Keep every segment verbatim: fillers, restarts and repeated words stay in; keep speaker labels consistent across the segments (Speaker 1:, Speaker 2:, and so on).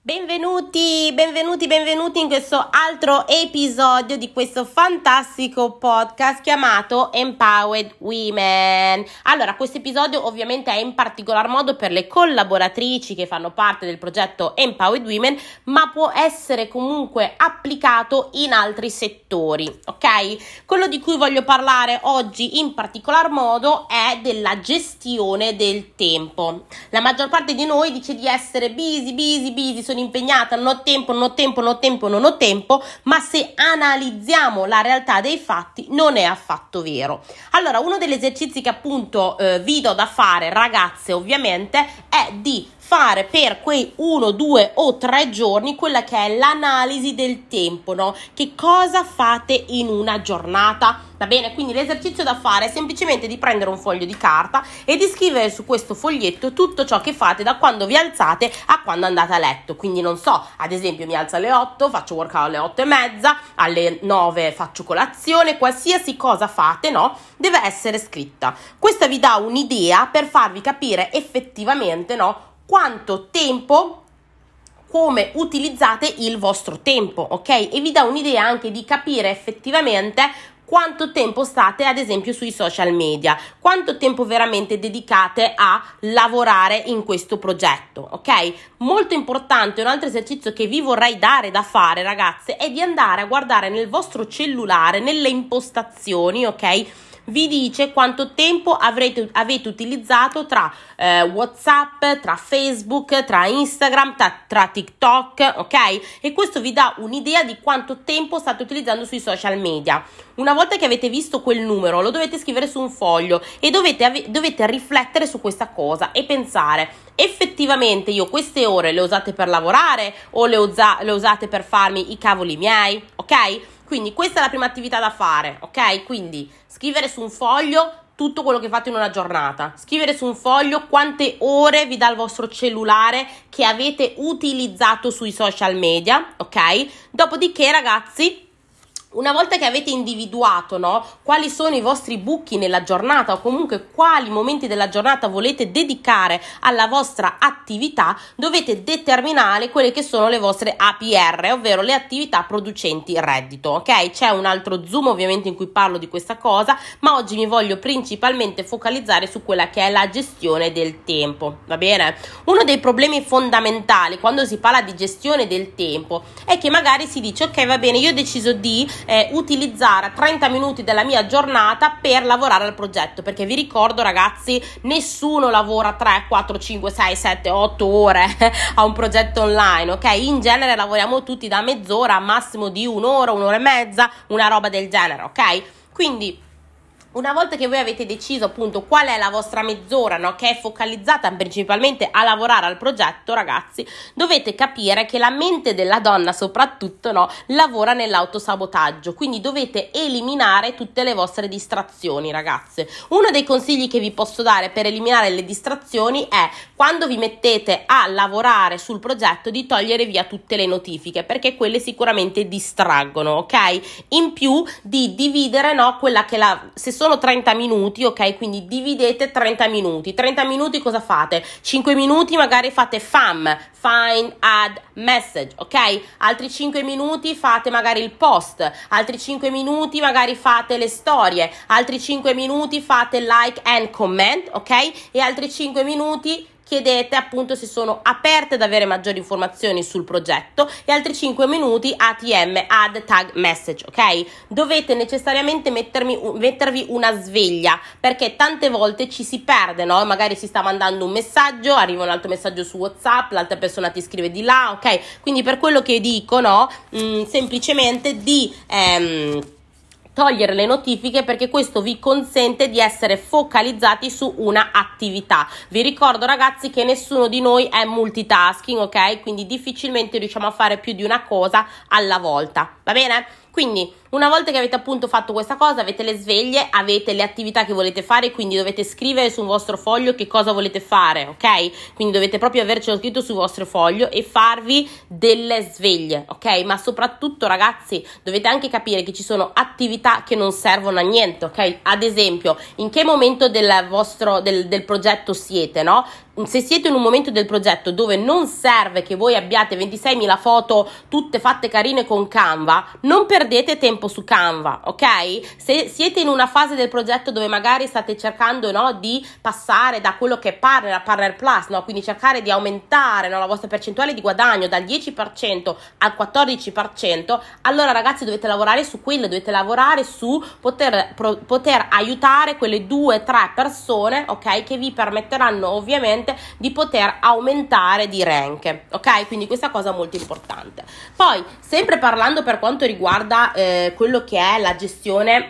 Speaker 1: Benvenuti, benvenuti, benvenuti in questo altro episodio di questo fantastico podcast chiamato Empowered Women. Allora, questo episodio ovviamente è in particolar modo per le collaboratrici che fanno parte del progetto Empowered Women, ma può essere comunque applicato in altri settori, ok? Quello di cui voglio parlare oggi in particolar modo è della gestione del tempo. La maggior parte di noi dice di essere busy, busy, busy, sono impegnata, non ho tempo, non ho tempo, non ho tempo, non ho tempo, ma se analizziamo la realtà dei fatti non è affatto vero. Allora, uno degli esercizi che appunto eh, vi do da fare, ragazze, ovviamente, è di fare per quei uno, due o tre giorni quella che è l'analisi del tempo, no? Che cosa fate in una giornata? Va bene? Quindi l'esercizio da fare è semplicemente di prendere un foglio di carta e di scrivere su questo foglietto tutto ciò che fate da quando vi alzate a quando andate a letto. Quindi non so, ad esempio mi alzo alle otto, faccio workout alle otto e mezza, alle nove faccio colazione, qualsiasi cosa fate, no? Deve essere scritta. Questa vi dà un'idea per farvi capire effettivamente, no? Quanto tempo, come utilizzate il vostro tempo, ok? E vi dà un'idea anche di capire effettivamente quanto tempo state ad esempio sui social media, quanto tempo veramente dedicate a lavorare in questo progetto, ok? Molto importante, un altro esercizio che vi vorrei dare da fare, ragazze, è di andare a guardare nel vostro cellulare, nelle impostazioni, ok? Vi dice quanto tempo avrete, avete utilizzato tra eh, WhatsApp, tra Facebook, tra Instagram, tra, tra TikTok, ok? E questo vi dà un'idea di quanto tempo state utilizzando sui social media. Una volta che avete visto quel numero, lo dovete scrivere su un foglio e dovete, ave- dovete riflettere su questa cosa e pensare: effettivamente io queste ore le usate per lavorare o le, usa- le usate per farmi i cavoli miei, ok? Quindi questa è la prima attività da fare, ok? Quindi scrivere su un foglio tutto quello che fate in una giornata, scrivere su un foglio quante ore vi dà il vostro cellulare che avete utilizzato sui social media, ok? Dopodiché, ragazzi, una volta che avete individuato, no, quali sono i vostri buchi nella giornata o comunque quali momenti della giornata volete dedicare alla vostra attività, dovete determinare quelle che sono le vostre A P R, ovvero le attività producenti reddito, ok? C'è un altro Zoom ovviamente in cui parlo di questa cosa, ma oggi mi voglio principalmente focalizzare su quella che è la gestione del tempo, va bene? Uno dei problemi fondamentali quando si parla di gestione del tempo è che magari si dice: ok, va bene, io ho deciso di Eh, utilizzare trenta minuti della mia giornata per lavorare al progetto, perché vi ricordo, ragazzi, nessuno lavora tre, quattro, cinque, sei, sette, otto ore a un progetto online, ok? In genere lavoriamo tutti da mezz'ora a massimo di un'ora, un'ora e mezza, una roba del genere, ok? Quindi una volta che voi avete deciso appunto qual è la vostra mezz'ora, no, che è focalizzata principalmente a lavorare al progetto, ragazzi, dovete capire che la mente della donna soprattutto, no, lavora nell'autosabotaggio, quindi dovete eliminare tutte le vostre distrazioni, ragazze. Uno dei consigli che vi posso dare per eliminare le distrazioni è, quando vi mettete a lavorare sul progetto, di togliere via tutte le notifiche, perché quelle sicuramente distraggono, ok? In più di dividere, no, quella che la, se sono trenta minuti, ok? Quindi dividete trenta minuti. trenta minuti cosa fate? cinque minuti magari fate F A M, Find, Add, Message, ok? Altri cinque minuti fate magari il post, altri cinque minuti magari fate le storie, altri cinque minuti fate like and comment, ok? E altri cinque minuti chiedete appunto se sono aperte ad avere maggiori informazioni sul progetto, e altri cinque minuti A T M, add tag message, ok? Dovete necessariamente mettermi, mettervi una sveglia, perché tante volte ci si perde, no? Magari si sta mandando un messaggio, arriva un altro messaggio su WhatsApp, l'altra persona ti scrive di là, ok? Quindi per quello che dico, no? Mm, semplicemente di ehm, togliere le notifiche, perché questo vi consente di essere focalizzati su una attività. Vi ricordo, ragazzi, che nessuno di noi è multitasking, ok? Quindi difficilmente riusciamo a fare più di una cosa alla volta, va bene? Quindi Una volta che avete appunto fatto questa cosa, avete le sveglie, avete le attività che volete fare, quindi dovete scrivere sul vostro foglio che cosa volete fare, ok? Quindi dovete proprio avercelo scritto sul vostro foglio e farvi delle sveglie, ok? Ma soprattutto, ragazzi, dovete anche capire che ci sono attività che non servono a niente, ok? Ad esempio, in che momento del vostro del, del progetto siete, no? Se siete in un momento del progetto dove non serve che voi abbiate ventiseimila foto tutte fatte carine con Canva, non perdete tempo su Canva, ok? Se siete in una fase del progetto dove magari state cercando, no, di passare da quello che è Partner a Partner Plus, no? Quindi cercare di aumentare, no, la vostra percentuale di guadagno dal dieci per cento al quattordici per cento, allora ragazzi dovete lavorare su quello, dovete lavorare su poter, pro, poter aiutare quelle due tre persone, ok? Che vi permetteranno ovviamente di poter aumentare di rank, ok? Quindi questa cosa è molto importante. Poi, sempre parlando per quanto riguarda eh, quello che è la gestione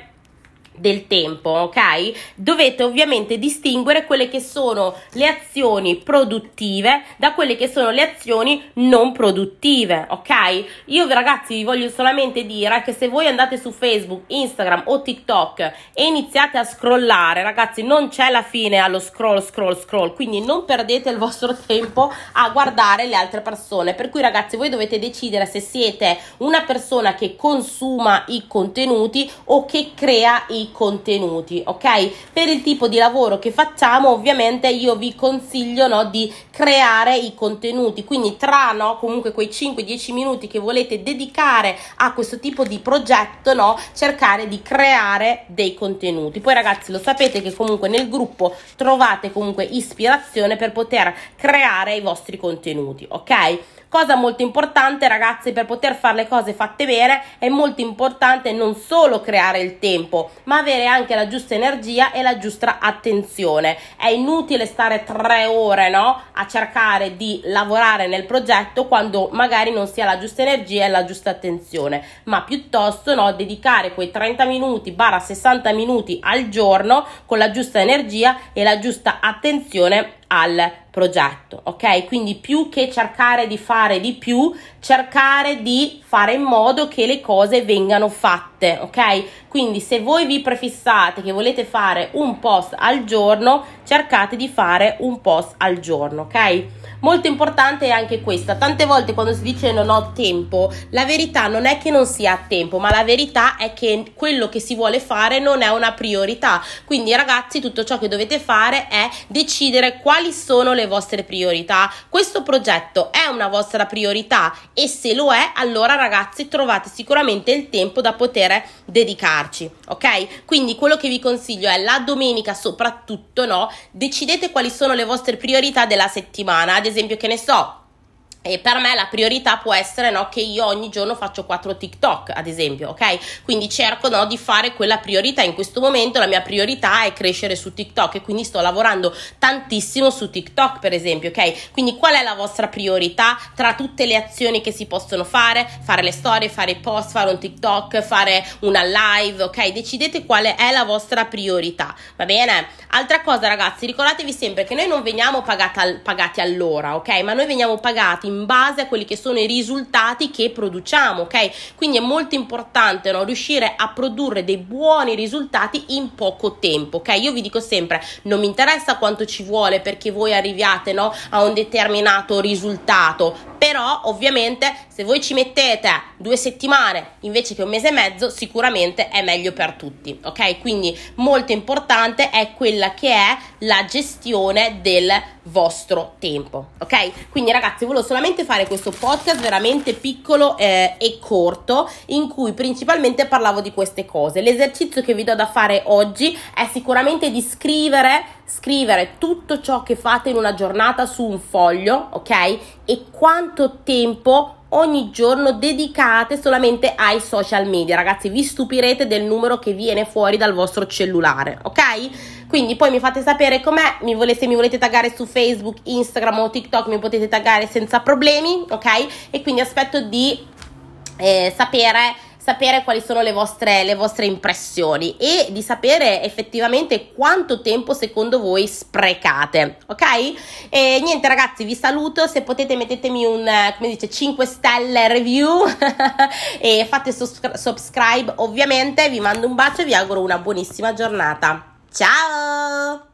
Speaker 1: del tempo, ok? Dovete ovviamente distinguere quelle che sono le azioni produttive da quelle che sono le azioni non produttive, ok? Io ragazzi vi voglio solamente dire che se voi andate su Facebook, Instagram o TikTok e iniziate a scrollare, ragazzi, non c'è la fine allo scroll scroll scroll, quindi non perdete il vostro tempo a guardare le altre persone. Per cui ragazzi voi dovete decidere se siete una persona che consuma i contenuti o che crea i contenuti, ok? Per il tipo di lavoro che facciamo ovviamente io vi consiglio, no, di creare i contenuti, quindi tra, no, comunque quei cinque dieci minuti che volete dedicare a questo tipo di progetto, no, cercare di creare dei contenuti. Poi ragazzi lo sapete che comunque nel gruppo trovate comunque ispirazione per poter creare i vostri contenuti, ok? Cosa molto importante ragazzi, per poter fare le cose fatte bene è molto importante non solo creare il tempo ma avere anche la giusta energia e la giusta attenzione. È inutile stare tre ore, no, a cercare di lavorare nel progetto quando magari non si ha la giusta energia e la giusta attenzione, ma piuttosto, no, dedicare quei trenta minuti barra sessanta minuti al giorno con la giusta energia e la giusta attenzione al progetto, ok? Quindi più che cercare di fare di più, cercare di fare in modo che le cose vengano fatte, ok? Quindi se voi vi prefissate che volete fare un post al giorno, cercate di fare un post al giorno, ok? Molto importante è anche questa. Tante volte quando si dice non ho tempo, la verità non è che non si ha tempo, ma la verità è che quello che si vuole fare non è una priorità. Quindi ragazzi, tutto ciò che dovete fare è decidere quali sono le vostre priorità. Questo progetto è una vostra priorità e se lo è, allora ragazzi trovate sicuramente il tempo da poter dedicarci, ok? Quindi quello che vi consiglio è la domenica soprattutto, no? Decidete quali sono le vostre priorità della settimana. Ad esempio, che ne so, e per me la priorità può essere, no, che io ogni giorno faccio quattro TikTok, ad esempio, ok? Quindi cerco, no, di fare quella priorità. In questo momento la mia priorità è crescere su TikTok e quindi sto lavorando tantissimo su TikTok, per esempio, ok? Quindi qual è la vostra priorità tra tutte le azioni che si possono fare? Fare le storie, fare i post, fare un TikTok, fare una live, ok? Decidete quale è la vostra priorità, va bene? Altra cosa ragazzi, ricordatevi sempre che noi non veniamo pagati, al, pagati all'ora, ok? Ma noi veniamo pagati in base a quelli che sono i risultati che produciamo, ok? Quindi è molto importante, no, riuscire a produrre dei buoni risultati in poco tempo, ok? Io vi dico sempre, non mi interessa quanto ci vuole perché voi arriviate, no, a un determinato risultato, però ovviamente se voi ci mettete due settimane invece che un mese e mezzo, sicuramente è meglio per tutti, ok? Quindi molto importante è quella che è la gestione del vostro tempo, ok? Quindi ragazzi, volevo solamente fare questo podcast veramente piccolo eh, e corto in cui principalmente parlavo di queste cose. L'esercizio che vi do da fare oggi è sicuramente di scrivere scrivere tutto ciò che fate in una giornata su un foglio, ok? E quanto tempo ogni giorno dedicate solamente ai social media. Ragazzi, vi stupirete del numero che viene fuori dal vostro cellulare, ok? Quindi poi mi fate sapere com'è, mi volete, se mi volete taggare su Facebook, Instagram o TikTok mi potete taggare senza problemi, ok? E quindi aspetto di eh, sapere sapere quali sono le vostre, le vostre impressioni e di sapere effettivamente quanto tempo secondo voi sprecate, ok? E niente ragazzi, vi saluto, se potete mettetemi un, come dice, cinque stelle review e fate sus- subscribe ovviamente, vi mando un bacio e vi auguro una buonissima giornata. Ciao!